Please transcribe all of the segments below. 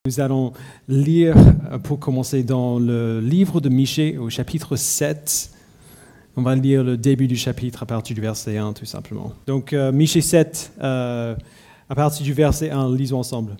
Nous allons lire, pour commencer, dans le livre de Michée, au chapitre 7. On va lire le début du chapitre à partir du verset 1, tout simplement. Donc, Michée 7, à partir du verset 1, lisons ensemble.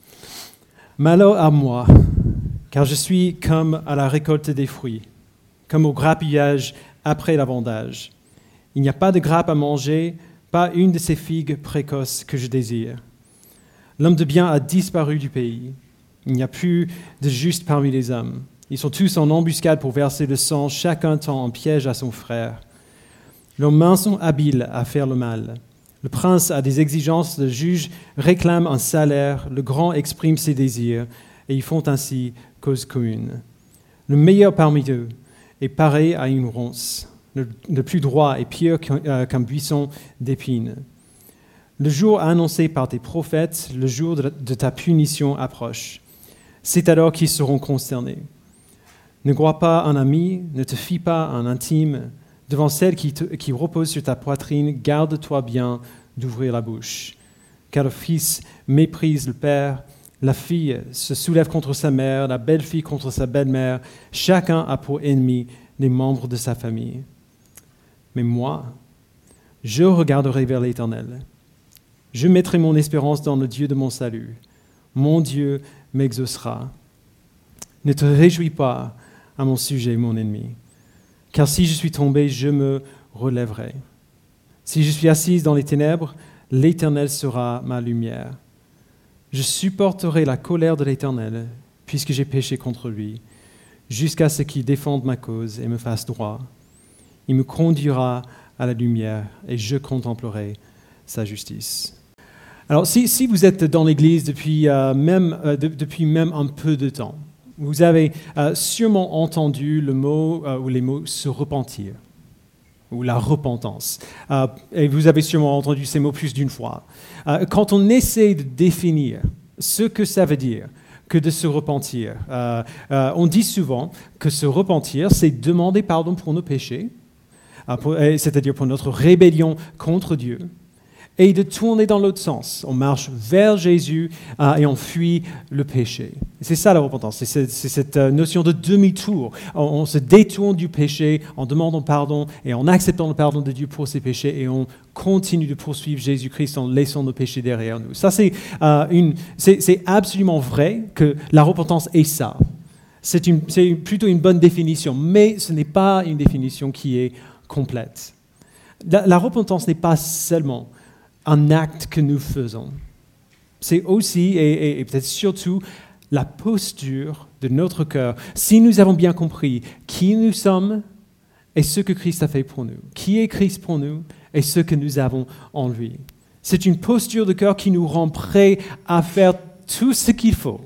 « Malheur à moi, car je suis comme à la récolte des fruits, comme au grappillage après la vendage. Il n'y a pas de grappe à manger, pas une de ces figues précoces que je désire. L'homme de bien a disparu du pays. Il n'y a plus de juste parmi les hommes. Ils sont tous en embuscade pour verser le sang, chacun tend un piège à son frère. Leurs mains sont habiles à faire le mal. Le prince a des exigences, le juge réclame un salaire, le grand exprime ses désirs, et ils font ainsi cause commune. Le meilleur parmi eux est pareil à une ronce. Le plus droit est pire qu'un buisson d'épines. Le jour annoncé par tes prophètes, le jour de ta punition approche. C'est alors qu'ils seront concernés. Ne crois pas un ami, ne te fie pas un intime. Devant celle qui repose sur ta poitrine, garde-toi bien d'ouvrir la bouche. Car le fils méprise le père, la fille se soulève contre sa mère, la belle-fille contre sa belle-mère. Chacun a pour ennemi les membres de sa famille. Mais moi, je regarderai vers l'Éternel. Je mettrai mon espérance dans le Dieu de mon salut. Mon Dieu m'exaucera. Ne te réjouis pas à mon sujet, mon ennemi, car si je suis tombé, je me relèverai. Si je suis assise dans les ténèbres, l'Éternel sera ma lumière. Je supporterai la colère de l'Éternel, puisque j'ai péché contre lui, jusqu'à ce qu'il défende ma cause et me fasse droit. Il me conduira à la lumière et je contemplerai sa justice. Alors, si vous êtes dans l'Église depuis même un peu de temps, vous avez sûrement entendu le mot ou les mots « se repentir » ou la repentance. Et vous avez sûrement entendu ces mots plus d'une fois. Quand on essaie de définir ce que ça veut dire que de se repentir, on dit souvent que se repentir, c'est demander pardon pour nos péchés, c'est-à-dire pour notre rébellion contre Dieu, et de tourner dans l'autre sens. On marche vers Jésus et on fuit le péché. C'est ça la repentance, c'est cette notion de demi-tour. On se détourne du péché en demandant pardon et en acceptant le pardon de Dieu pour ses péchés et on continue de poursuivre Jésus-Christ en laissant nos péchés derrière nous. Ça, c'est absolument vrai que la repentance est ça. C'est plutôt une bonne définition, mais ce n'est pas une définition qui est complète. La repentance n'est pas seulement un acte que nous faisons. C'est aussi, et peut-être surtout, la posture de notre cœur. Si nous avons bien compris qui nous sommes et ce que Christ a fait pour nous, qui est Christ pour nous et ce que nous avons en lui. C'est une posture de cœur qui nous rend prêts à faire tout ce qu'il faut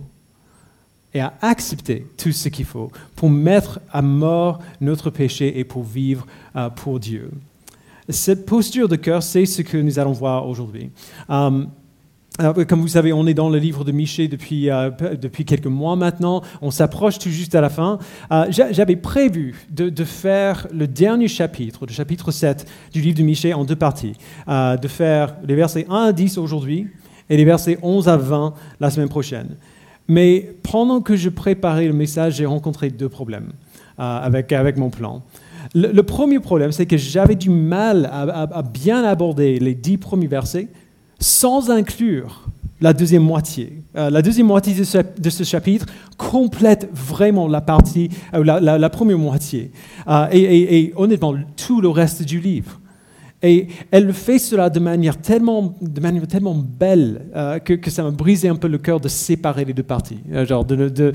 et à accepter tout ce qu'il faut pour mettre à mort notre péché et pour vivre pour Dieu. Cette posture de cœur, c'est ce que nous allons voir aujourd'hui. Comme vous savez, on est dans le livre de Michée depuis quelques mois maintenant. On s'approche tout juste à la fin. J'avais prévu de faire le dernier chapitre, le chapitre 7 du livre de Michée en deux parties. De faire les versets 1 à 10 aujourd'hui et les versets 11 à 20 la semaine prochaine. Mais pendant que je préparais le message, j'ai rencontré deux problèmes avec mon plan. Le premier problème, c'est que j'avais du mal à bien aborder les 10 premiers versets sans inclure la deuxième moitié. La deuxième moitié de ce chapitre complète vraiment la première moitié. Et honnêtement, tout le reste du livre. Et elle fait cela de manière tellement belle que ça m'a brisé un peu le cœur de séparer les deux parties. Genre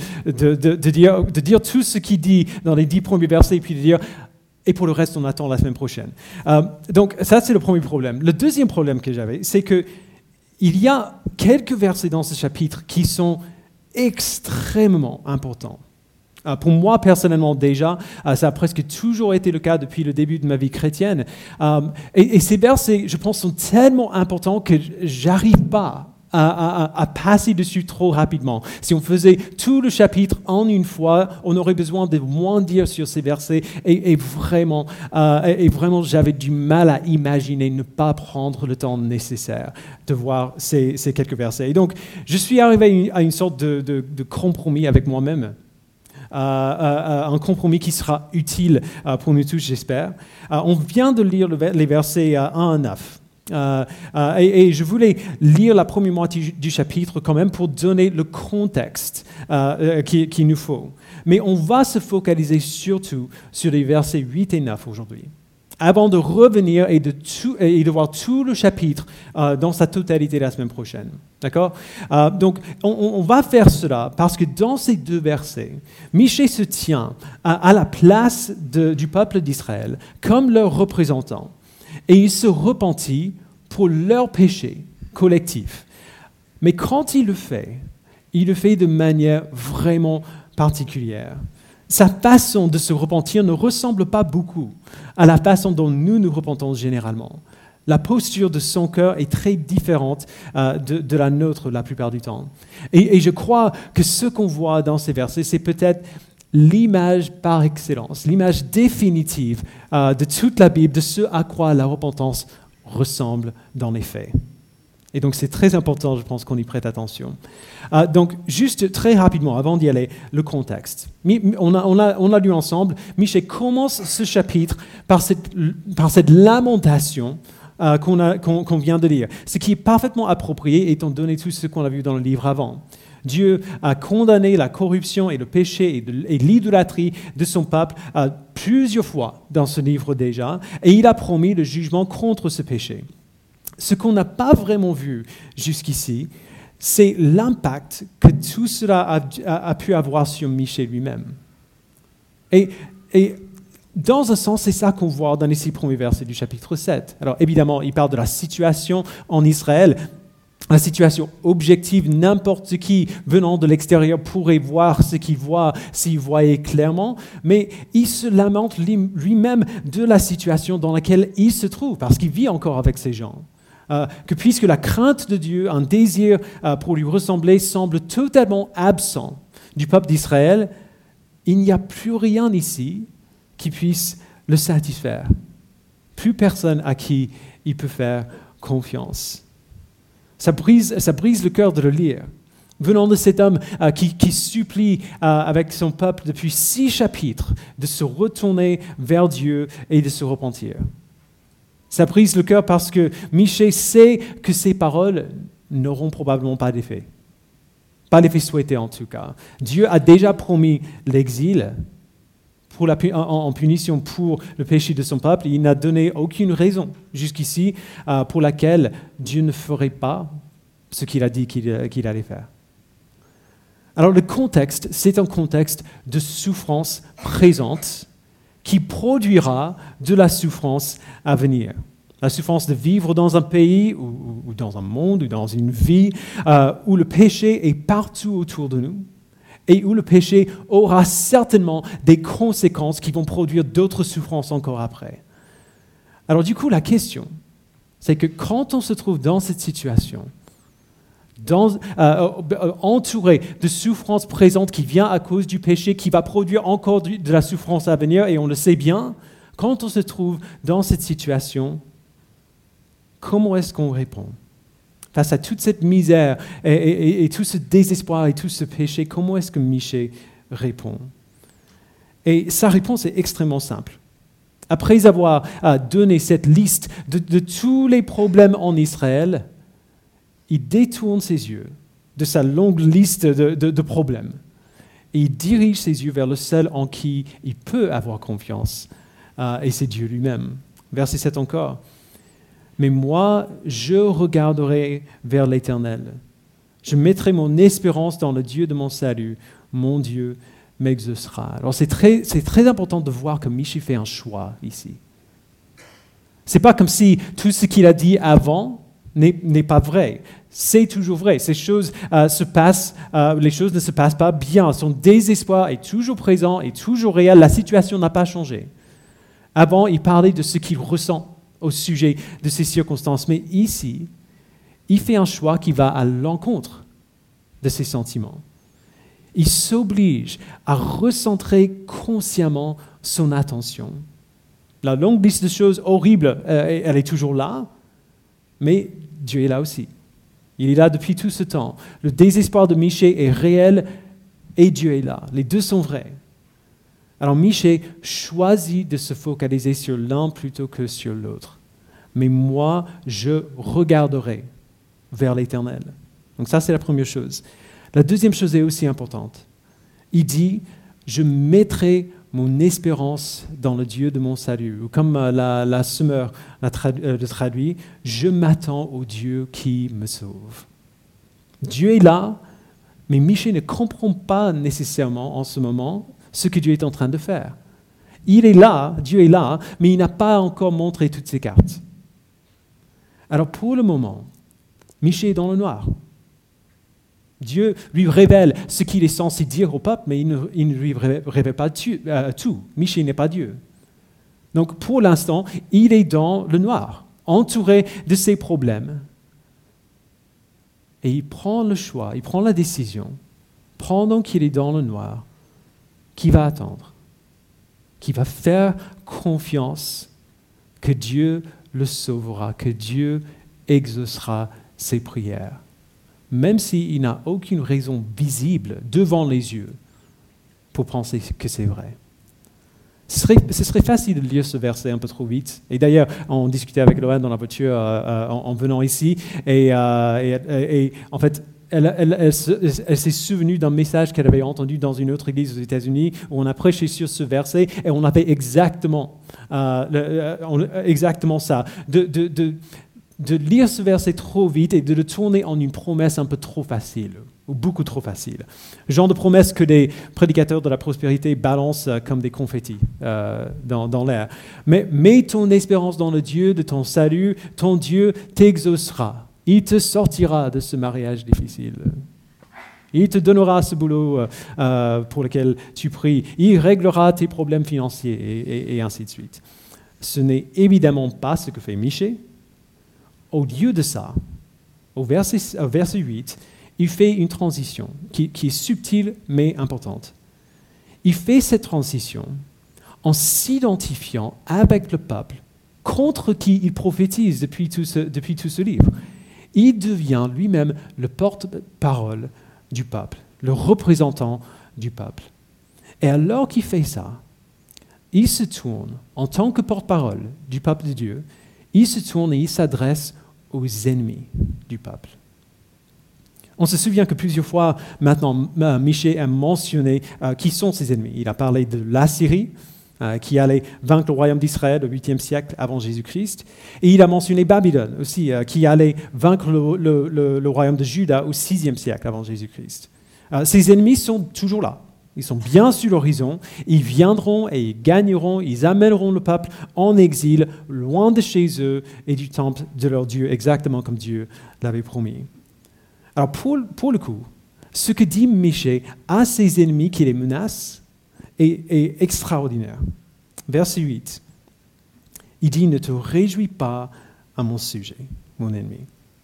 de dire tout ce qu'il dit dans les 10 premiers versets et puis de dire et pour le reste, on attend la semaine prochaine. Donc ça, c'est le premier problème. Le deuxième problème que j'avais, c'est qu'il y a quelques versets dans ce chapitre qui sont extrêmement importants. Pour moi, personnellement, déjà, ça a presque toujours été le cas depuis le début de ma vie chrétienne. Et ces versets, je pense, sont tellement importants que j'arrive pas à passer dessus trop rapidement. Si on faisait tout le chapitre en une fois, on aurait besoin de moins dire sur ces versets. Et vraiment, j'avais du mal à imaginer ne pas prendre le temps nécessaire de voir ces quelques versets. Et donc, je suis arrivé à une sorte de compromis avec moi-même. Un compromis qui sera utile pour nous tous, j'espère. On vient de lire les versets 1 à 9. Et je voulais lire la première moitié du chapitre quand même pour donner le contexte qu'il nous faut. Mais on va se focaliser surtout sur les versets 8 et 9 aujourd'hui, avant de revenir et de voir tout le chapitre dans sa totalité la semaine prochaine. D'accord ? Donc, on va faire cela parce que dans ces deux versets, Michée se tient à la place du peuple d'Israël comme leur représentant. Et il se repentit pour leur péché collectif. Mais quand il le fait de manière vraiment particulière. Sa façon de se repentir ne ressemble pas beaucoup à la façon dont nous nous repentons généralement. La posture de son cœur est très différente de la nôtre la plupart du temps. Et je crois que ce qu'on voit dans ces versets, c'est peut-être l'image par excellence, l'image définitive de toute la Bible, de ce à quoi la repentance ressemble dans les faits. Et donc c'est très important, je pense, qu'on y prête attention. Donc juste très rapidement, avant d'y aller, le contexte. On a lu ensemble, Michée commence ce chapitre par cette lamentation qu'on vient de lire, ce qui est parfaitement approprié étant donné tout ce qu'on a vu dans le livre avant. Dieu a condamné la corruption et le péché et l'idolâtrie de son peuple plusieurs fois dans ce livre déjà, et il a promis le jugement contre ce péché. Ce qu'on n'a pas vraiment vu jusqu'ici, c'est l'impact que tout cela a pu avoir sur Michée lui-même. Et dans un sens, c'est ça qu'on voit dans les 6 premiers versets du chapitre 7. Alors évidemment, il parle de la situation en Israël, la situation objective, n'importe qui venant de l'extérieur pourrait voir ce qu'il voit s'il voyait clairement, mais il se lamente lui-même de la situation dans laquelle il se trouve, parce qu'il vit encore avec ces gens. Que puisque la crainte de Dieu, un désir pour lui ressembler semble totalement absent du peuple d'Israël, il n'y a plus rien ici qui puisse le satisfaire. Plus personne à qui il peut faire confiance. Ça brise le cœur de le lire. Venant de cet homme qui supplie avec son peuple depuis 6 chapitres de se retourner vers Dieu et de se repentir. Ça brise le cœur parce que Michée sait que ses paroles n'auront probablement pas d'effet. Pas l'effet souhaité en tout cas. Dieu a déjà promis l'exil en punition pour le péché de son peuple. Il n'a donné aucune raison jusqu'ici pour laquelle Dieu ne ferait pas ce qu'il a dit qu'il allait faire. Alors le contexte, c'est un contexte de souffrance présente qui produira de la souffrance à venir. La souffrance de vivre dans un pays ou dans un monde ou dans une vie où le péché est partout autour de nous et où le péché aura certainement des conséquences qui vont produire d'autres souffrances encore après. Alors du coup, la question, c'est que quand on se trouve dans cette situation, entouré de souffrances présentes qui vient à cause du péché, qui va produire encore de la souffrance à venir, et on le sait bien, quand on se trouve dans cette situation, comment est-ce qu'on répond ? Face à toute cette misère et tout ce désespoir et tout ce péché, comment est-ce que Michée répond ? Et sa réponse est extrêmement simple. Après avoir donné cette liste de tous les problèmes en Israël, il détourne ses yeux de sa longue liste de problèmes et il dirige ses yeux vers le seul en qui il peut avoir confiance, et c'est Dieu lui-même. Verset 7 encore. « Mais moi, je regarderai vers l'Éternel. Je mettrai mon espérance dans le Dieu de mon salut. Mon Dieu m'exaucera. » Alors c'est très important de voir que Michée fait un choix ici. Ce n'est pas comme si tout ce qu'il a dit avant n'est pas vrai. C'est toujours vrai. Ces choses se passent, les choses ne se passent pas bien. Son désespoir est toujours présent, est toujours réel. La situation n'a pas changé. Avant, il parlait de ce qu'il ressent au sujet de ces circonstances. Mais ici, il fait un choix qui va à l'encontre de ses sentiments. Il s'oblige à recentrer consciemment son attention. La longue liste de choses horribles, elle est toujours là, mais Dieu est là aussi. Il est là depuis tout ce temps. Le désespoir de Michée est réel et Dieu est là. Les deux sont vrais. Alors Michée choisit de se focaliser sur l'un plutôt que sur l'autre. Mais moi, je regarderai vers l'Éternel. Donc ça, c'est la première chose. La deuxième chose est aussi importante. Il dit, je mettrai mon espérance dans le Dieu de mon salut. Ou comme la Semeur le traduit, je m'attends au Dieu qui me sauve. Dieu est là, mais Michée ne comprend pas nécessairement en ce moment ce que Dieu est en train de faire. Il est là, Dieu est là, mais il n'a pas encore montré toutes ses cartes. Alors pour le moment, Michée est dans le noir. Dieu lui révèle ce qu'il est censé dire au peuple, mais il ne lui révèle pas tout. Michée n'est pas Dieu. Donc pour l'instant, il est dans le noir, entouré de ses problèmes. Et il prend le choix, il prend la décision, pendant qu'il est dans le noir, qu'il va attendre, qu'il va faire confiance que Dieu le sauvera, que Dieu exaucera ses prières. Même s'il n'a aucune raison visible devant les yeux pour penser que c'est vrai. Ce serait facile de lire ce verset un peu trop vite. Et d'ailleurs, on discutait avec Laurent dans la voiture en venant ici, et en fait, elle s'est souvenue d'un message qu'elle avait entendu dans une autre église aux États-Unis où on a prêché sur ce verset et on avait exactement ça. De lire ce verset trop vite et de le tourner en une promesse un peu trop facile, ou beaucoup trop facile. Le genre de promesse que des prédicateurs de la prospérité balancent comme des confettis dans l'air. Mais mets ton espérance dans le Dieu de ton salut, ton Dieu t'exaucera. Il te sortira de ce mariage difficile. Il te donnera ce boulot pour lequel tu pries. Il réglera tes problèmes financiers et ainsi de suite. Ce n'est évidemment pas ce que fait Michée. Au lieu de ça, au verset 8, il fait une transition qui est subtile mais importante. Il fait cette transition en s'identifiant avec le peuple contre qui il prophétise depuis tout ce livre. Il devient lui-même le porte-parole du peuple, le représentant du peuple. Et alors qu'il fait ça, il se tourne en tant que porte-parole du peuple de Dieu. Il se tourne et il s'adresse aux ennemis du peuple. On se souvient que plusieurs fois maintenant, Michée a mentionné qui sont ses ennemis. Il a parlé de l'Assyrie, qui allait vaincre le royaume d'Israël au 8e siècle avant Jésus-Christ. Et il a mentionné Babylone aussi, qui allait vaincre le royaume de Juda au 6e siècle avant Jésus-Christ. Ces ennemis sont toujours là. Ils sont bien sur l'horizon, ils viendront et ils gagneront, ils amèneront le peuple en exil, loin de chez eux et du temple de leur Dieu, exactement comme Dieu l'avait promis. Alors pour le coup, ce que dit Michée à ses ennemis qui les menacent est extraordinaire. Verset 8, il dit « Ne te réjouis pas à mon sujet, mon ennemi,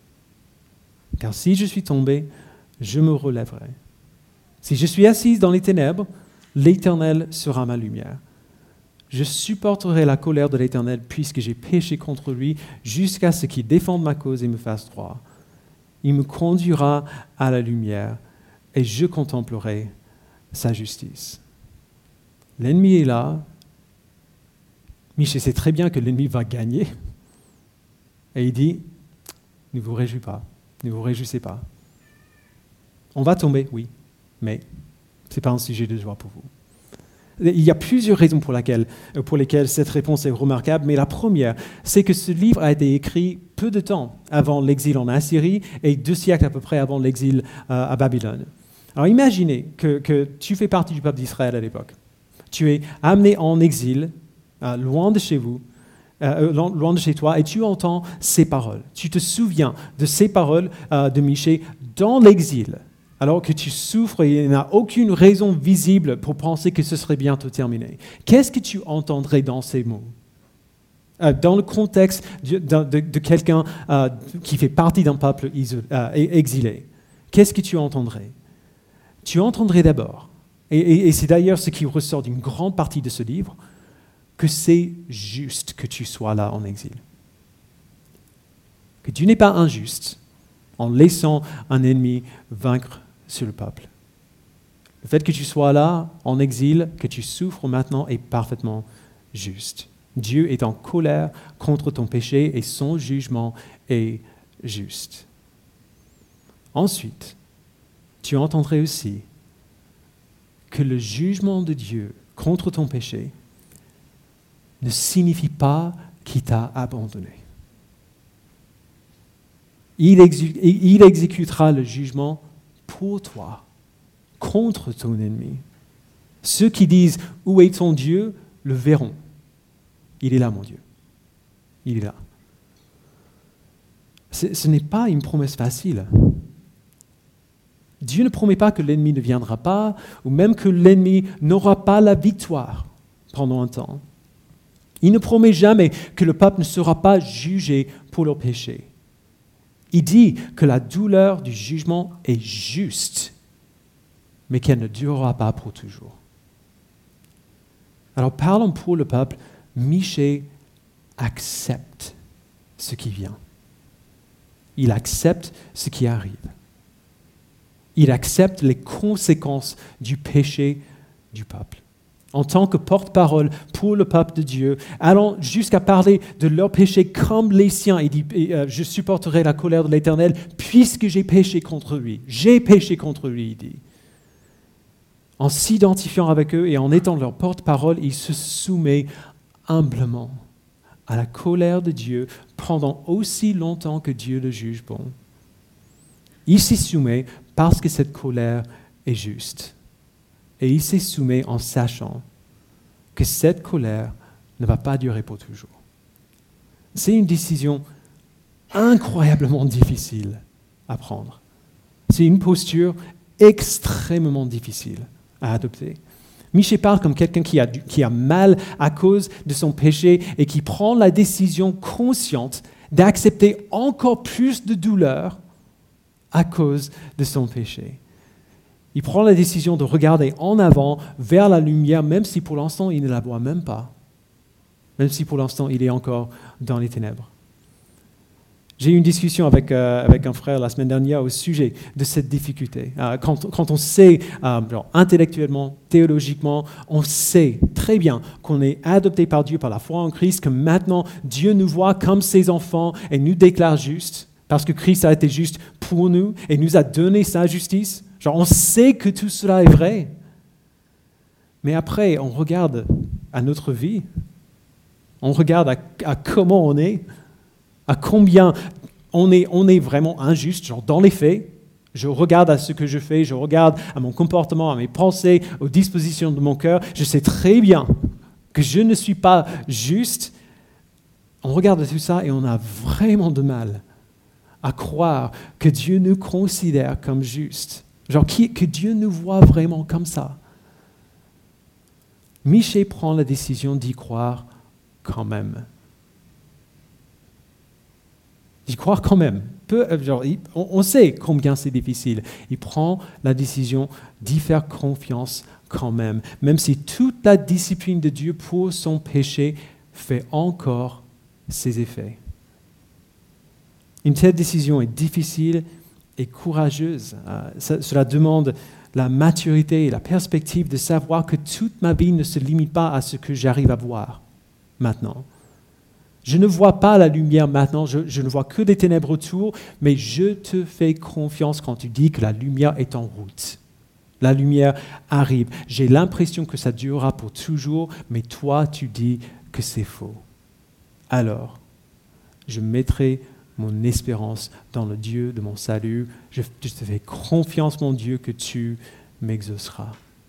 car si je suis tombé, je me relèverai. Si je suis assise dans les ténèbres, l'Éternel sera ma lumière. Je supporterai la colère de l'Éternel puisque j'ai péché contre lui jusqu'à ce qu'il défende ma cause et me fasse droit. Il me conduira à la lumière et je contemplerai sa justice. » L'ennemi est là. Michée sait très bien que l'ennemi va gagner. Et il dit, ne vous réjouissez pas, ne vous réjouissez pas. On va tomber, oui. Mais ce n'est pas un sujet de joie pour vous. Il y a plusieurs raisons pour lesquelles cette réponse est remarquable, mais la première, c'est que ce livre a été écrit peu de temps avant l'exil en Assyrie et 2 siècles à peu près avant l'exil à Babylone. Alors imaginez que tu fais partie du peuple d'Israël à l'époque. Tu es amené en exil, loin de chez vous, loin de chez toi, et tu entends ces paroles. Tu te souviens de ces paroles de Michée dans l'exil, alors que tu souffres et il n'y a aucune raison visible pour penser que ce serait bientôt terminé. Qu'est-ce que tu entendrais dans ces mots? Dans le contexte de quelqu'un qui fait partie d'un peuple exilé, qu'est-ce que tu entendrais? Tu entendrais d'abord, et c'est d'ailleurs ce qui ressort d'une grande partie de ce livre, que c'est juste que tu sois là en exil. Que tu n'es pas injuste en laissant un ennemi vaincre sur le peuple. Le fait que tu sois là en exil, que tu souffres maintenant est parfaitement juste. Dieu est en colère contre ton péché et son jugement est juste. Ensuite, tu entendrais aussi que le jugement de Dieu contre ton péché ne signifie pas qu'il t'a abandonné. Il exécutera le jugement pour toi, contre ton ennemi. Ceux qui disent « Où est ton Dieu ?» le verront. Il est là, mon Dieu. Il est là. Ce n'est pas une promesse facile. Dieu ne promet pas que l'ennemi ne viendra pas, ou même que l'ennemi n'aura pas la victoire pendant un temps. Il ne promet jamais que le peuple ne sera pas jugé pour leur péché. Il dit que la douleur du jugement est juste, mais qu'elle ne durera pas pour toujours. Alors parlons pour le peuple, Michée accepte ce qui vient. Il accepte ce qui arrive. Il accepte les conséquences du péché du peuple. En tant que porte-parole pour le peuple de Dieu, allant jusqu'à parler de leurs péchés comme les siens. Il dit, je supporterai la colère de l'Éternel puisque j'ai péché contre lui. J'ai péché contre lui, il dit. En s'identifiant avec eux et en étant leur porte-parole, il se soumet humblement à la colère de Dieu pendant aussi longtemps que Dieu le juge bon. Il s'y soumet parce que cette colère est juste. Et il s'y soumet en sachant que cette colère ne va pas durer pour toujours. C'est une décision incroyablement difficile à prendre. C'est une posture extrêmement difficile à adopter. Michée parle comme quelqu'un qui a mal à cause de son péché et qui prend la décision consciente d'accepter encore plus de douleur à cause de son péché. Il prend la décision de regarder en avant vers la lumière, même si pour l'instant il ne la voit même pas, même si pour l'instant il est encore dans les ténèbres. J'ai eu une discussion avec un frère la semaine dernière au sujet de cette difficulté. Quand on sait, intellectuellement, théologiquement, on sait très bien qu'on est adopté par Dieu par la foi en Christ, que maintenant Dieu nous voit comme ses enfants et nous déclare justes, parce que Christ a été juste pour nous et nous a donné sa justice. On sait que tout cela est vrai. Mais après, on regarde à notre vie, on regarde à comment on est, à combien on est vraiment injuste, dans les faits. Je regarde à ce que je fais, je regarde à mon comportement, à mes pensées, aux dispositions de mon cœur. Je sais très bien que je ne suis pas juste. On regarde tout ça et on a vraiment de mal à croire que Dieu nous considère comme justes. Que Dieu nous voit vraiment comme ça. Michée prend la décision d'y croire quand même. D'y croire quand même. On sait combien c'est difficile. Il prend la décision d'y faire confiance quand même, même si toute la discipline de Dieu pour son péché fait encore ses effets. Une telle décision est difficile et courageuse. Cela demande la maturité et la perspective de savoir que toute ma vie ne se limite pas à ce que j'arrive à voir maintenant. Je ne vois pas la lumière maintenant, je ne vois que des ténèbres autour, mais je te fais confiance quand tu dis que la lumière est en route. La lumière arrive. J'ai l'impression que ça durera pour toujours, mais toi, tu dis que c'est faux. Alors, je mettrai mon espérance dans le Dieu de mon salut. Je te fais confiance, mon Dieu, que tu m'exauceras.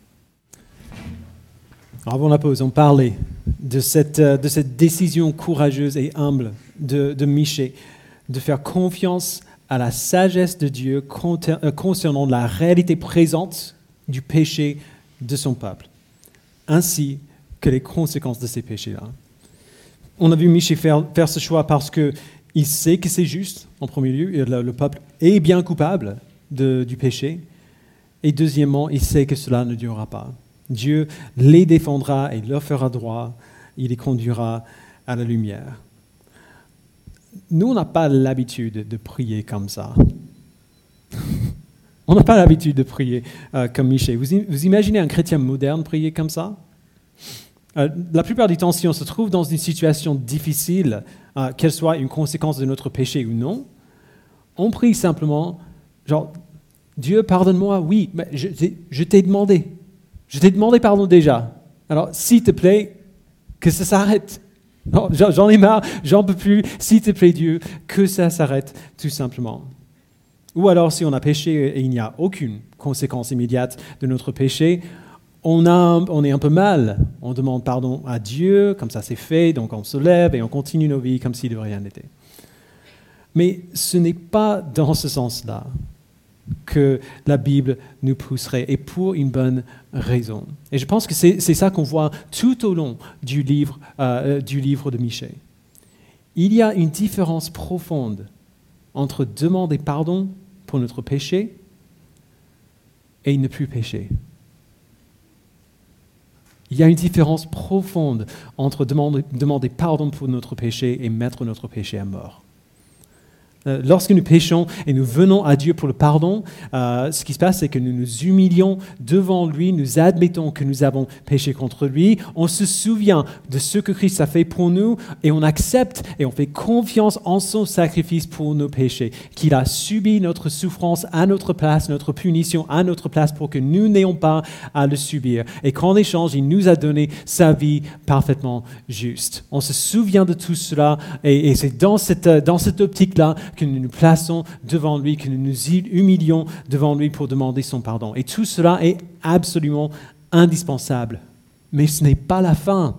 Avant la pause, on parlait de cette décision courageuse et humble de Michée, de faire confiance à la sagesse de Dieu concernant la réalité présente du péché de son peuple, ainsi que les conséquences de ces péchés-là. On a vu Michée faire ce choix parce qu'il sait que c'est juste, en premier lieu, et le peuple est bien coupable du péché. Et deuxièmement, il sait que cela ne durera pas. Dieu les défendra et leur fera droit, il les conduira à la lumière. Nous, on n'a pas l'habitude de prier comme ça. On n'a pas l'habitude de prier comme Michée. Vous imaginez un chrétien moderne prier comme ça? La plupart du temps, si on se trouve dans une situation difficile, qu'elle soit une conséquence de notre péché ou non, on prie simplement, genre, Dieu, pardonne-moi, oui, mais je t'ai demandé. Je t'ai demandé pardon déjà. Alors, s'il te plaît, que ça s'arrête. Non, j'en ai marre, j'en peux plus. S'il te plaît, Dieu, que ça s'arrête, tout simplement. Ou alors, si on a péché et il n'y a aucune conséquence immédiate de notre péché, on est un peu mal. On demande pardon à Dieu, comme ça c'est fait, donc on se lève et on continue nos vies comme si de rien n'était. Mais ce n'est pas dans ce sens-là que la Bible nous pousserait, et pour une bonne raison. Et je pense que c'est ça qu'on voit tout au long du livre de Michée. Il y a une différence profonde entre demander pardon pour notre péché et ne plus pécher. Il y a une différence profonde entre demander pardon pour notre péché et mettre notre péché à mort. Lorsque nous péchons et nous venons à Dieu pour le pardon, ce qui se passe, c'est que nous nous humilions devant lui, nous admettons que nous avons péché contre lui, on se souvient de ce que Christ a fait pour nous et on accepte et on fait confiance en son sacrifice pour nos péchés, qu'il a subi notre souffrance à notre place, notre punition à notre place pour que nous n'ayons pas à le subir. Et qu'en échange, il nous a donné sa vie parfaitement juste. On se souvient de tout cela et c'est dans cette optique-là que nous nous plaçons devant lui, que nous nous humilions devant lui pour demander son pardon. Et tout cela est absolument indispensable. Mais ce n'est pas la fin.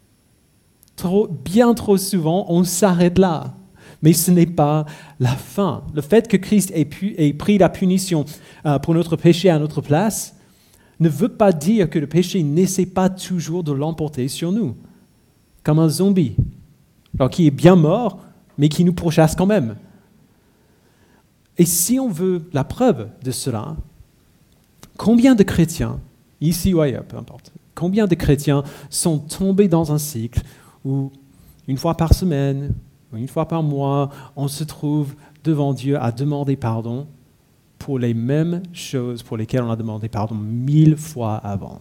Bien trop souvent, on s'arrête là. Mais ce n'est pas la fin. Le fait que Christ ait pris la punition pour notre péché à notre place ne veut pas dire que le péché n'essaie pas toujours de l'emporter sur nous, comme un zombie, alors qui est bien mort, mais qui nous pourchasse quand même. Et si on veut la preuve de cela, combien de chrétiens, ici ou ailleurs, peu importe, combien de chrétiens sont tombés dans un cycle où, une fois par semaine, ou une fois par mois, on se trouve devant Dieu à demander pardon pour les mêmes choses pour lesquelles on a demandé pardon 1000 fois avant.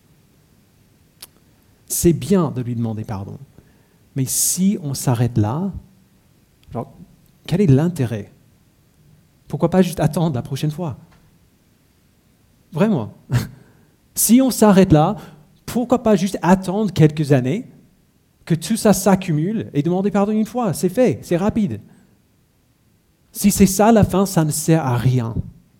C'est bien de lui demander pardon, mais si on s'arrête là, alors, quel est l'intérêt ? Pourquoi pas juste attendre la prochaine fois? Vraiment. Si on s'arrête là, pourquoi pas juste attendre quelques années, que tout ça s'accumule et demander pardon une fois? C'est fait, c'est rapide. Si c'est ça la fin, ça ne sert à rien.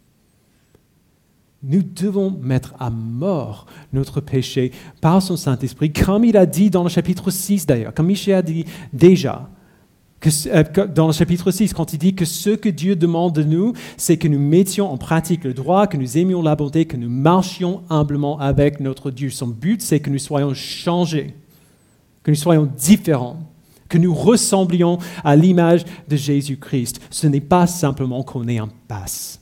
Nous devons mettre à mort notre péché par son Saint-Esprit, comme il a dit dans le chapitre 6 d'ailleurs, comme Michée a dit déjà. Dans le chapitre 6, quand il dit que ce que Dieu demande de nous, c'est que nous mettions en pratique le droit, que nous aimions la bonté, que nous marchions humblement avec notre Dieu. Son but, c'est que nous soyons changés, que nous soyons différents, que nous ressemblions à l'image de Jésus-Christ. Ce n'est pas simplement qu'on ait un pass.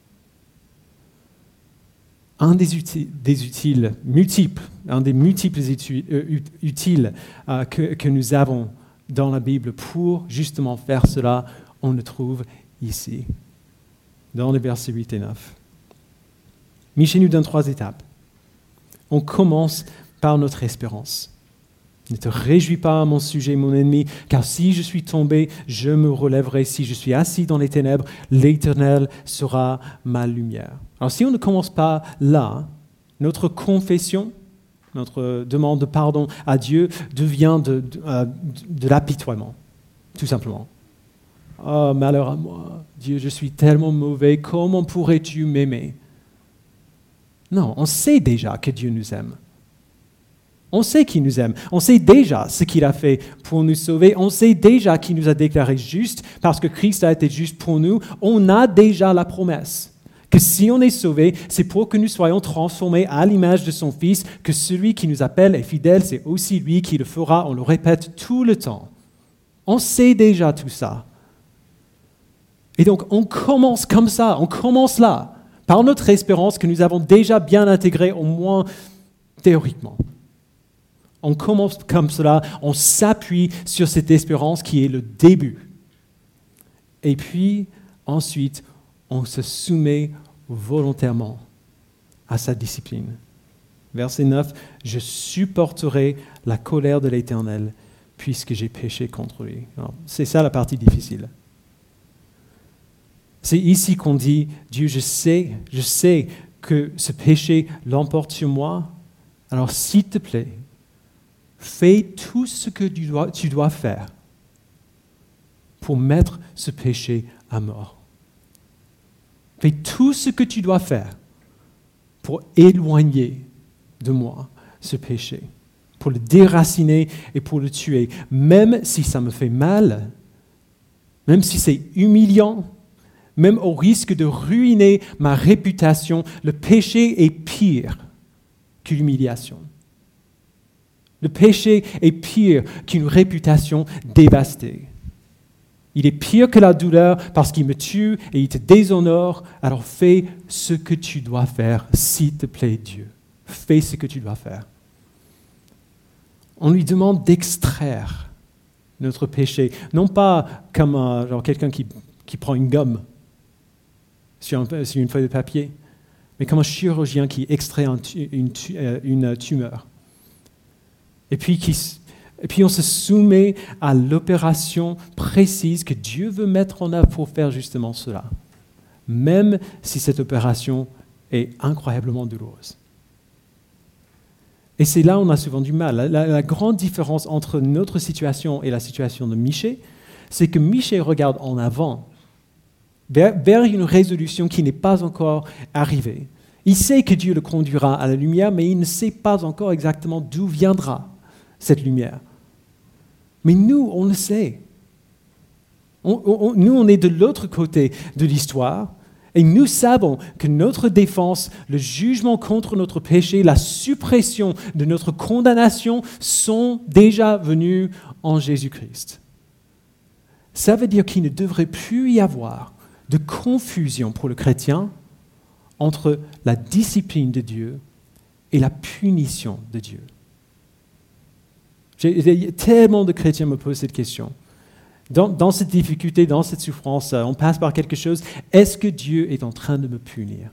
Un des multiples utiles que nous avons dans la Bible pour justement faire cela, on le trouve ici, dans les versets 8 et 9. Michée nous donne 3 étapes. On commence par notre espérance. Ne te réjouis pas à mon sujet, mon ennemi, car si je suis tombé, je me relèverai. Si je suis assis dans les ténèbres, l'Éternel sera ma lumière. Alors si on ne commence pas là, notre confession, notre demande de pardon à Dieu devient de l'apitoiement, tout simplement. Oh, malheur à moi, Dieu, je suis tellement mauvais, comment pourrais-tu m'aimer? Non, on sait déjà que Dieu nous aime. On sait qu'il nous aime. On sait déjà ce qu'il a fait pour nous sauver. On sait déjà qu'il nous a déclarés justes parce que Christ a été juste pour nous. On a déjà la promesse Que si on est sauvé, c'est pour que nous soyons transformés à l'image de son Fils, que celui qui nous appelle est fidèle, c'est aussi lui qui le fera, on le répète tout le temps. On sait déjà tout ça. Et donc on commence comme ça, on commence là, par notre espérance que nous avons déjà bien intégrée, au moins théoriquement. On commence comme cela, on s'appuie sur cette espérance qui est le début. Et puis, ensuite, on se soumet volontairement à sa discipline. Verset 9, « Je supporterai la colère de l'Éternel, puisque j'ai péché contre lui. » C'est ça la partie difficile. C'est ici qu'on dit, « Dieu, je sais que ce péché l'emporte sur moi, alors s'il te plaît, fais tout ce que tu dois faire pour mettre ce péché à mort. Fais tout ce que tu dois faire pour éloigner de moi ce péché, pour le déraciner et pour le tuer, même si ça me fait mal, même si c'est humiliant, même au risque de ruiner ma réputation. Le péché est pire que l'humiliation. Le péché est pire qu'une réputation dévastée. Il est pire que la douleur parce qu'il me tue et il te déshonore. Alors fais ce que tu dois faire, s'il te plaît, Dieu. Fais ce que tu dois faire. On lui demande d'extraire notre péché, non pas comme quelqu'un qui prend une gomme sur une feuille de papier, mais comme un chirurgien qui extrait une tumeur. Et puis on se soumet à l'opération précise que Dieu veut mettre en œuvre pour faire justement cela, même si cette opération est incroyablement douloureuse. Et c'est là où on a souvent du mal. La grande différence entre notre situation et la situation de Michée, c'est que Michée regarde en avant, vers une résolution qui n'est pas encore arrivée. Il sait que Dieu le conduira à la lumière, mais il ne sait pas encore exactement d'où viendra cette lumière. Mais nous, on le sait. Nous, on est de l'autre côté de l'histoire et nous savons que notre défense, le jugement contre notre péché, la suppression de notre condamnation sont déjà venus en Jésus-Christ. Ça veut dire qu'il ne devrait plus y avoir de confusion pour le chrétien entre la discipline de Dieu et la punition de Dieu. Tellement de chrétiens me posent cette question. Dans cette difficulté, dans cette souffrance, on passe par quelque chose. Est-ce que Dieu est en train de me punir?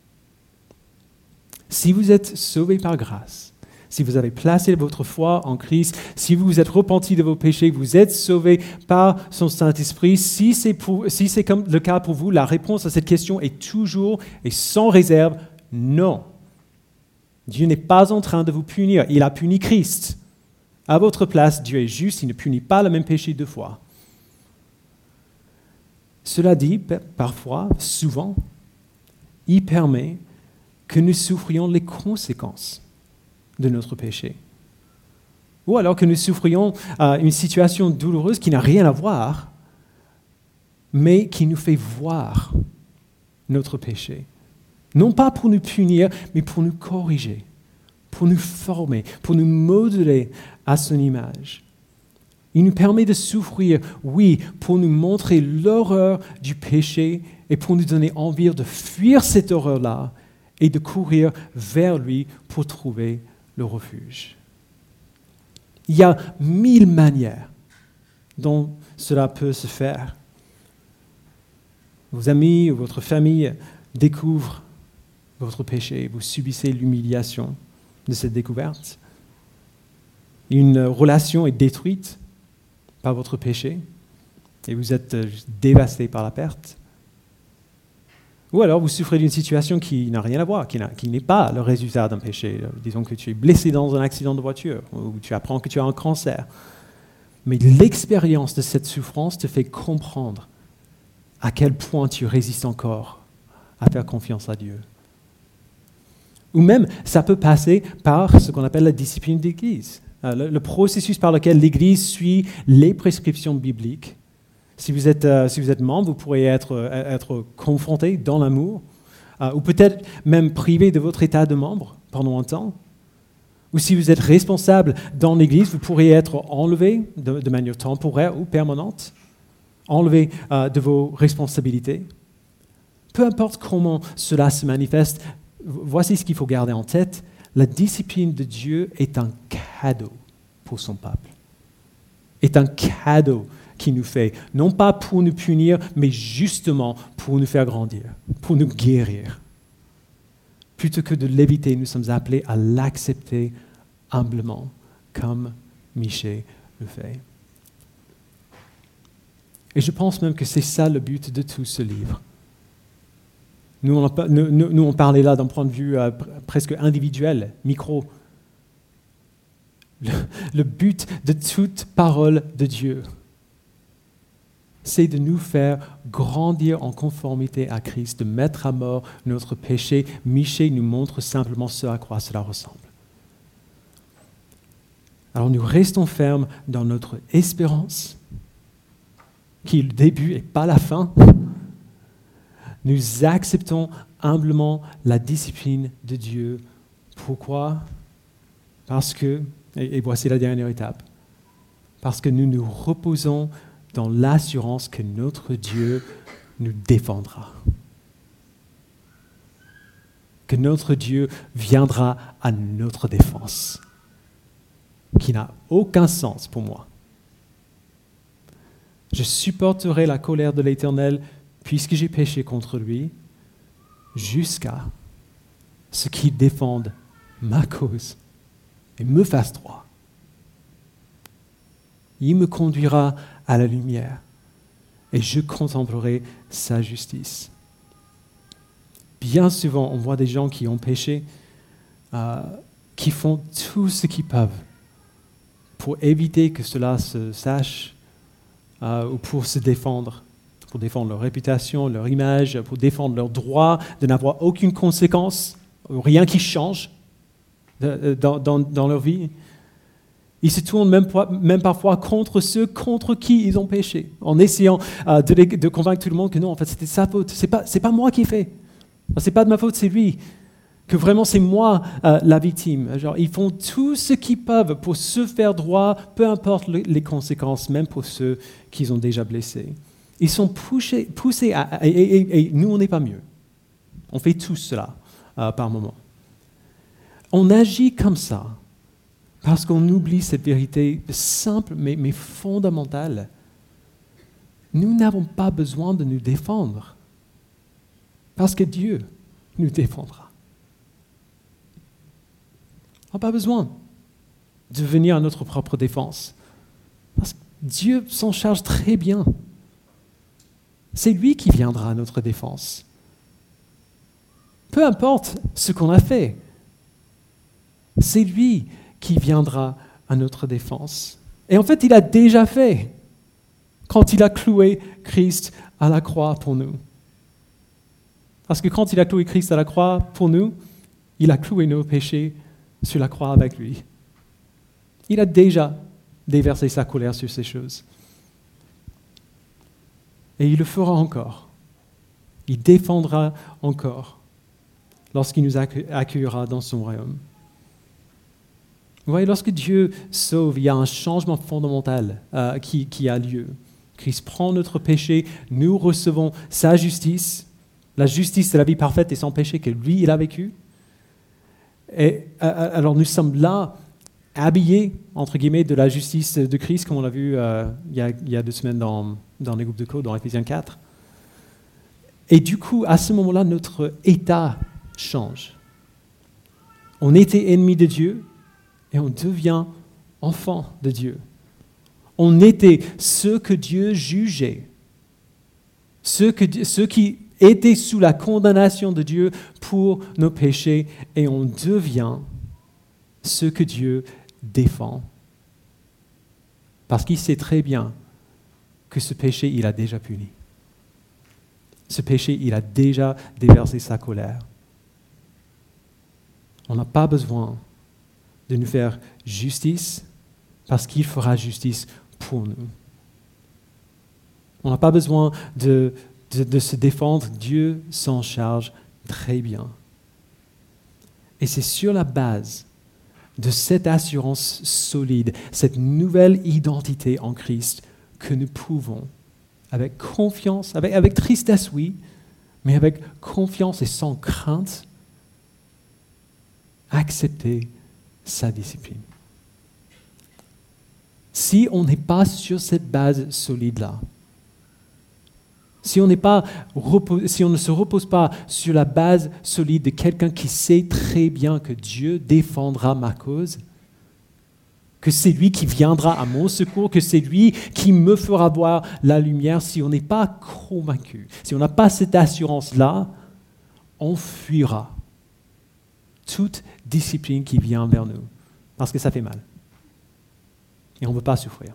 Si vous êtes sauvé par grâce, si vous avez placé votre foi en Christ, si vous vous êtes repenti de vos péchés, vous êtes sauvé par son Saint-Esprit, si c'est comme le cas pour vous, la réponse à cette question est toujours et sans réserve non. Dieu n'est pas en train de vous punir. Il a puni Christ. À votre place, Dieu est juste, il ne punit pas le même péché deux fois. Cela dit, parfois, souvent, il permet que nous souffrions les conséquences de notre péché. Ou alors que nous souffrions une situation douloureuse qui n'a rien à voir, mais qui nous fait voir notre péché. Non pas pour nous punir, mais pour nous corriger, pour nous former, pour nous modeler à son image. Il nous permet de souffrir, oui, pour nous montrer l'horreur du péché et pour nous donner envie de fuir cette horreur-là et de courir vers lui pour trouver le refuge. Il y a 1000 manières dont cela peut se faire. Vos amis ou votre famille découvrent votre péché, vous subissez l'humiliation de cette découverte. Une relation est détruite par votre péché et vous êtes dévasté par la perte. Ou alors vous souffrez d'une situation qui n'a rien à voir, qui n'est pas le résultat d'un péché. Disons que tu es blessé dans un accident de voiture ou tu apprends que tu as un cancer. Mais l'expérience de cette souffrance te fait comprendre à quel point tu résistes encore à faire confiance à Dieu. Ou même, ça peut passer par ce qu'on appelle la discipline d'Église. Le processus par lequel l'Église suit les prescriptions bibliques. Si vous êtes membre, vous pourrez être confronté dans l'amour ou peut-être même privé de votre état de membre pendant un temps. Ou si vous êtes responsable dans l'Église, vous pourriez être enlevé de manière temporaire ou permanente, enlevé de vos responsabilités. Peu importe comment cela se manifeste, voici ce qu'il faut garder en tête. La discipline de Dieu est un cadeau pour son peuple. Est un cadeau qu'il nous fait, non pas pour nous punir, mais justement pour nous faire grandir, pour nous guérir. Plutôt que de l'éviter, nous sommes appelés à l'accepter humblement, comme Michée le fait. Et je pense même que c'est ça le but de tout ce livre. Nous, on parlait là d'un point de vue presque individuel, micro. Le but de toute parole de Dieu, c'est de nous faire grandir en conformité à Christ, de mettre à mort notre péché. Michée nous montre simplement ce à quoi cela ressemble. Alors nous restons fermes dans notre espérance, qui est le début et pas la fin. Nous acceptons humblement la discipline de Dieu. Pourquoi ? Parce que, et voici la dernière étape, parce que nous nous reposons dans l'assurance que notre Dieu nous défendra. Que notre Dieu viendra à notre défense, qui n'a aucun sens pour moi. Je supporterai la colère de l'Éternel puisque j'ai péché contre lui, jusqu'à ce qu'il défende ma cause et me fasse droit. Il me conduira à la lumière et je contemplerai sa justice. Bien souvent, on voit des gens qui ont péché, qui font tout ce qu'ils peuvent pour éviter que cela se sache ou pour se défendre. Pour défendre leur réputation, leur image, pour défendre leur droit de n'avoir aucune conséquence, rien qui change dans leur vie. Ils se tournent même parfois contre ceux contre qui ils ont péché, en essayant de convaincre tout le monde que non, en fait, c'était sa faute. C'est pas moi qui ai fait. C'est pas de ma faute, c'est lui. Que vraiment, c'est moi la victime. Genre, ils font tout ce qu'ils peuvent pour se faire droit, peu importe les conséquences, même pour ceux qu'ils ont déjà blessés. Ils sont poussés et nous, on n'est pas mieux. On fait tout cela par moment. On agit comme ça parce qu'on oublie cette vérité simple mais fondamentale. Nous n'avons pas besoin de nous défendre parce que Dieu nous défendra. On n'a pas besoin de venir à notre propre défense parce que Dieu s'en charge très bien. C'est lui qui viendra à notre défense. Peu importe ce qu'on a fait, c'est lui qui viendra à notre défense. Et en fait, il a déjà fait quand il a cloué Christ à la croix pour nous. Parce que quand il a cloué Christ à la croix pour nous, il a cloué nos péchés sur la croix avec lui. Il a déjà déversé sa colère sur ces choses. Et il le fera encore. Il défendra encore lorsqu'il nous accueillera dans son royaume. Vous voyez, lorsque Dieu sauve, il y a un changement fondamental qui a lieu. Christ prend notre péché, nous recevons sa justice, la justice de la vie parfaite et sans péché que lui, il a vécu. Et alors nous sommes là, habillés, entre guillemets, de la justice de Christ, comme on l'a vu il y a 2 semaines dans les groupes de code, dans Éphésiens 4. Et du coup, à ce moment-là, notre état change. On était ennemis de Dieu et on devient enfant de Dieu. On était ceux que Dieu jugeait, ceux qui étaient sous la condamnation de Dieu pour nos péchés, et on devient ceux que Dieu défend. Parce qu'il sait très bien que ce péché, il a déjà puni. Ce péché, il a déjà déversé sa colère. On n'a pas besoin de nous faire justice parce qu'il fera justice pour nous. On n'a pas besoin de se défendre. Dieu s'en charge très bien. Et c'est sur la base de cette assurance solide, cette nouvelle identité en Christ, que nous pouvons, avec confiance, avec tristesse, oui, mais avec confiance et sans crainte, accepter sa discipline. Si on n'est pas sur cette base solide-là, si on ne se repose pas sur la base solide de quelqu'un qui sait très bien que Dieu défendra ma cause, que c'est lui qui viendra à mon secours, que c'est lui qui me fera voir la lumière, si on n'est pas convaincu, si on n'a pas cette assurance-là, on fuira toute discipline qui vient vers nous, parce que ça fait mal. Et on ne veut pas souffrir.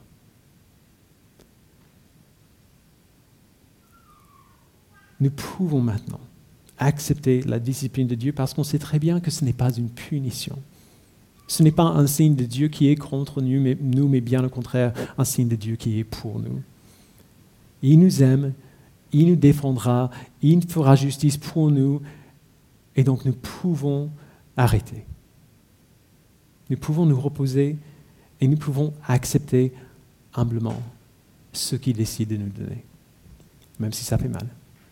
Nous pouvons maintenant accepter la discipline de Dieu parce qu'on sait très bien que ce n'est pas une punition. Ce n'est pas un signe de Dieu qui est contre nous, mais bien au contraire, un signe de Dieu qui est pour nous. Il nous aime, il nous défendra, il fera justice pour nous, et donc nous pouvons arrêter. Nous pouvons nous reposer et nous pouvons accepter humblement ce qu'il décide de nous donner, même si ça fait mal.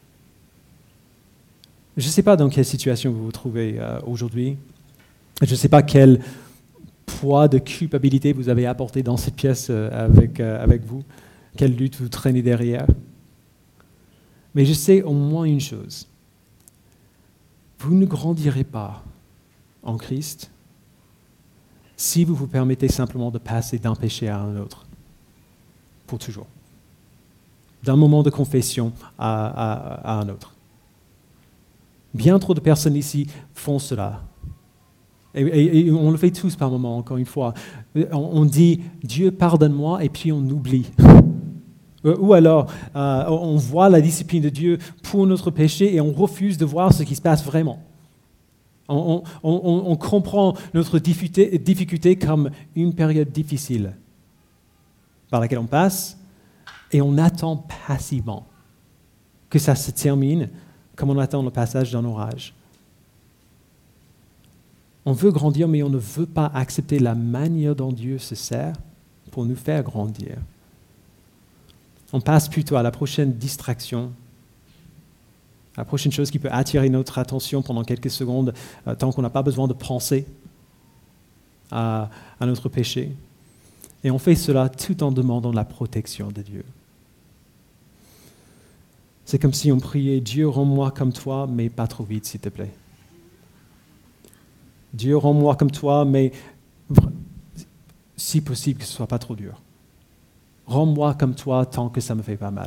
Je ne sais pas dans quelle situation vous vous trouvez aujourd'hui. Je ne sais pas quel poids de culpabilité vous avez apporté dans cette pièce avec vous, quelle lutte vous traînez derrière. Mais je sais au moins une chose. Vous ne grandirez pas en Christ si vous vous permettez simplement de passer d'un péché à un autre, pour toujours. D'un moment de confession à un autre. Bien trop de personnes ici font cela. Et on le fait tous par moments, encore une fois. On dit « Dieu, pardonne-moi » et puis on oublie. Ou alors, on voit la discipline de Dieu pour notre péché et on refuse de voir ce qui se passe vraiment. On comprend notre difficulté comme une période difficile par laquelle on passe et on attend passivement que ça se termine comme on attend le passage d'un orage. On veut grandir, mais on ne veut pas accepter la manière dont Dieu se sert pour nous faire grandir. On passe plutôt à la prochaine distraction, à la prochaine chose qui peut attirer notre attention pendant quelques secondes, tant qu'on n'a pas besoin de penser à notre péché. Et on fait cela tout en demandant la protection de Dieu. C'est comme si on priait « Dieu, rends-moi comme toi, mais pas trop vite, s'il te plaît. Dieu, rends-moi comme toi, mais si possible, que ce ne soit pas trop dur. Rends-moi comme toi tant que ça ne me fait pas mal. »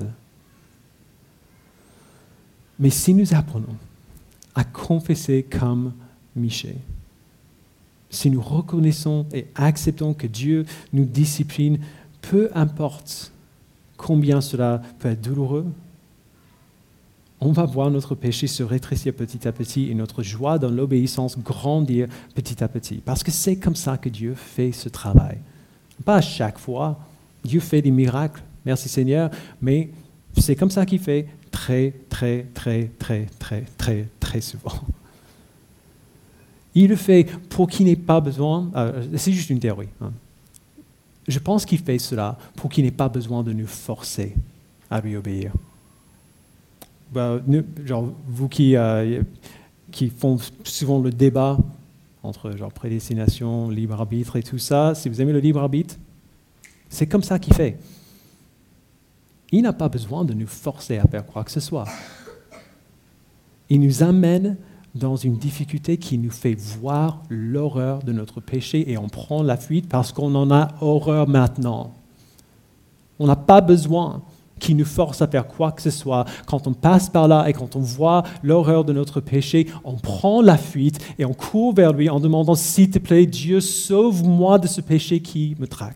Mais si nous apprenons à confesser comme Michée, si nous reconnaissons et acceptons que Dieu nous discipline, peu importe combien cela peut être douloureux, on va voir notre péché se rétrécir petit à petit et notre joie dans l'obéissance grandir petit à petit. Parce que c'est comme ça que Dieu fait ce travail. Pas à chaque fois. Dieu fait des miracles, merci Seigneur, mais c'est comme ça qu'il fait très souvent. Il le fait pour qu'il n'ait pas besoin, c'est juste une théorie. Je pense qu'il fait cela pour qu'il n'ait pas besoin de nous forcer à lui obéir. Vous qui font souvent le débat entre prédestination, libre arbitre et tout ça, si vous aimez le libre arbitre, c'est comme ça qu'il fait. Il n'a pas besoin de nous forcer à faire quoi que ce soit. Il nous amène dans une difficulté qui nous fait voir l'horreur de notre péché et on prend la fuite parce qu'on en a horreur maintenant. On n'a pas besoin qu'il nous force à faire quoi que ce soit. Quand on passe par là et quand on voit l'horreur de notre péché, on prend la fuite et on court vers lui en demandant « S'il te plaît, Dieu, sauve-moi de ce péché qui me traque. »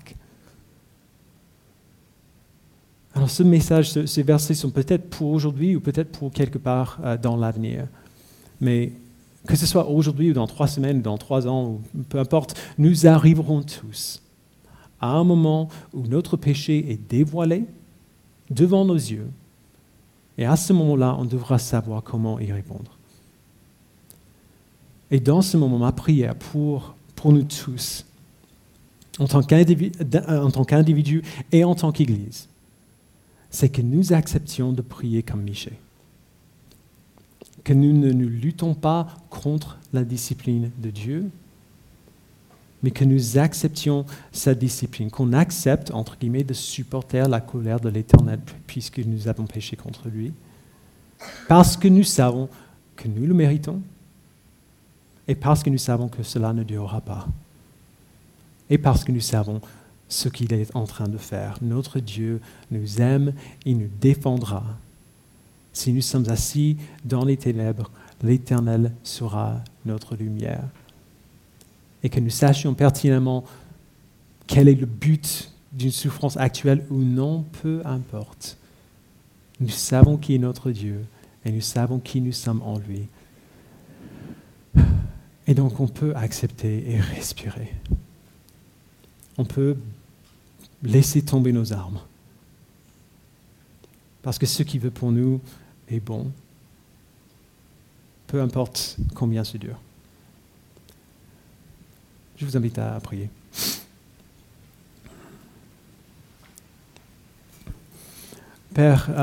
Alors ce message, ces versets sont peut-être pour aujourd'hui ou peut-être pour quelque part dans l'avenir. Mais que ce soit aujourd'hui ou dans 3 semaines ou dans 3 ans, ou peu importe, nous arriverons tous à un moment où notre péché est dévoilé devant nos yeux. Et à ce moment-là, on devra savoir comment y répondre. Et dans ce moment, ma prière pour nous tous, en tant qu'individu et en tant qu'Église, c'est que nous acceptions de prier comme Michée. Que nous ne nous luttons pas contre la discipline de Dieu, mais que nous acceptions sa discipline, qu'on accepte, entre guillemets, de supporter la colère de l'Éternel puisque nous avons péché contre lui, parce que nous savons que nous le méritons et parce que nous savons que cela ne durera pas et parce que nous savons ce qu'il est en train de faire. Notre Dieu nous aime et nous défendra. Si nous sommes assis dans les ténèbres, l'Éternel sera notre lumière. Et que nous sachions pertinemment quel est le but d'une souffrance actuelle ou non, peu importe. Nous savons qui est notre Dieu et nous savons qui nous sommes en lui. Et donc on peut accepter et respirer. On peut laisser tomber nos armes. Parce que ce qu'il veut pour nous est bon, peu importe combien c'est dur. Je vous invite à prier. Père,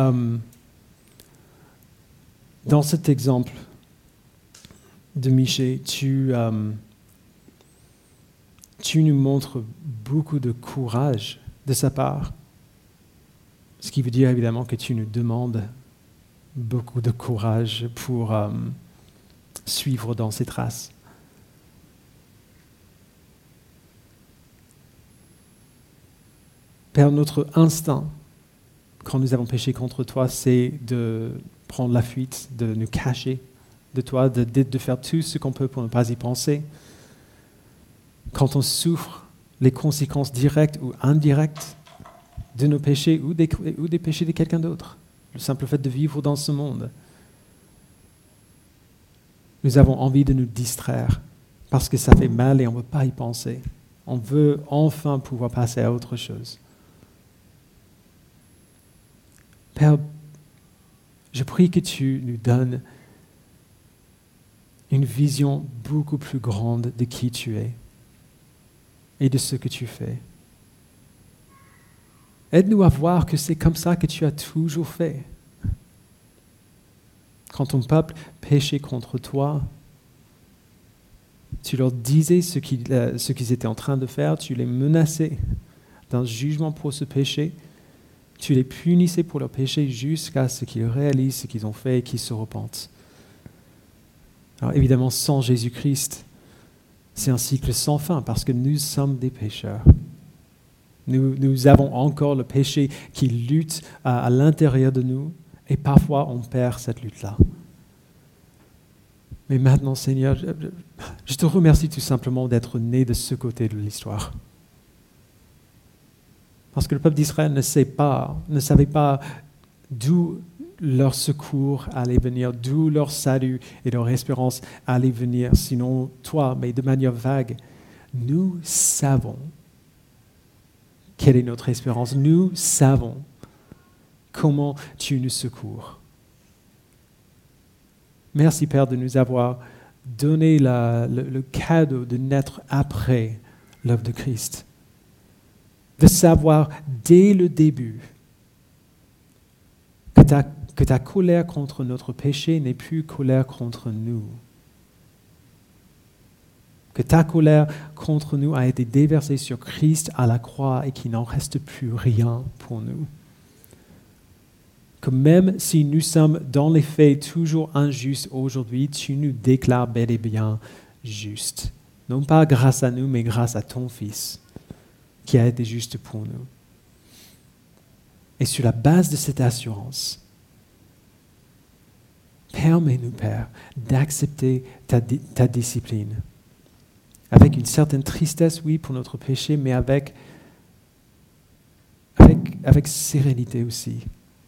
dans cet exemple de Michée, tu nous montres beaucoup de courage de sa part, ce qui veut dire évidemment que tu nous demandes beaucoup de courage pour suivre dans ses traces. Père, notre instinct, quand nous avons péché contre toi, c'est de prendre la fuite, de nous cacher de toi, de faire tout ce qu'on peut pour ne pas y penser. Quand on souffre les conséquences directes ou indirectes de nos péchés ou des péchés de quelqu'un d'autre, le simple fait de vivre dans ce monde, nous avons envie de nous distraire parce que ça fait mal et on ne veut pas y penser. On veut enfin pouvoir passer à autre chose. Père, je prie que tu nous donnes une vision beaucoup plus grande de qui tu es et de ce que tu fais. Aide-nous à voir que c'est comme ça que tu as toujours fait. Quand ton peuple péchait contre toi, tu leur disais ce qu'ils étaient en train de faire, tu les menaçais d'un jugement pour ce péché, tu les punissais pour leur péché jusqu'à ce qu'ils réalisent ce qu'ils ont fait et qu'ils se repentent. Alors évidemment, sans Jésus-Christ, c'est un cycle sans fin parce que nous sommes des pécheurs. Nous avons encore le péché qui lutte à l'intérieur de nous et parfois on perd cette lutte-là. Mais maintenant, Seigneur, je te remercie tout simplement d'être né de ce côté de l'histoire. Parce que le peuple d'Israël ne savait pas d'où leur secours allait venir, d'où leur salut et leur espérance allait venir, sinon toi, mais de manière vague. Nous savons quelle est notre espérance. Nous savons comment tu nous secours. Merci Père de nous avoir donné le cadeau de naître après l'œuvre de Christ. De savoir dès le début que ta colère contre notre péché n'est plus colère contre nous. Que ta colère contre nous a été déversée sur Christ à la croix et qu'il n'en reste plus rien pour nous. Que même si nous sommes dans les faits toujours injustes aujourd'hui, tu nous déclares bel et bien justes. Non pas grâce à nous, mais grâce à ton Fils qui a été juste pour nous. Et sur la base de cette assurance, permets-nous, Père, d'accepter ta discipline. Avec une certaine tristesse, oui, pour notre péché, mais avec sérénité aussi.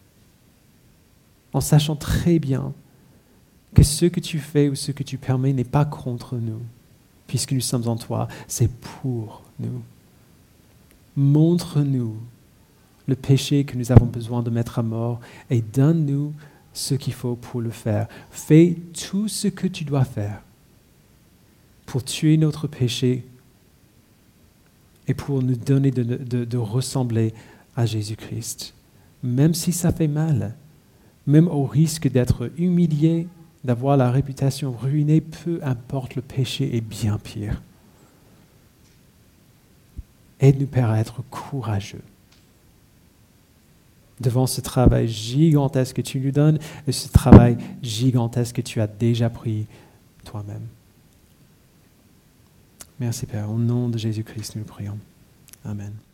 En sachant très bien que ce que tu fais ou ce que tu permets n'est pas contre nous, puisque nous sommes en toi, c'est pour nous. Montre-nous le péché que nous avons besoin de mettre à mort et donne-nous ce qu'il faut pour le faire. Fais tout ce que tu dois faire pour tuer notre péché et pour nous donner de ressembler à Jésus-Christ. Même si ça fait mal, même au risque d'être humilié, d'avoir la réputation ruinée, peu importe, le péché est bien pire. Aide-nous, Père, à être courageux devant ce travail gigantesque que tu nous donnes et ce travail gigantesque que tu as déjà pris toi-même. Merci, Père. Au nom de Jésus-Christ, nous le prions. Amen.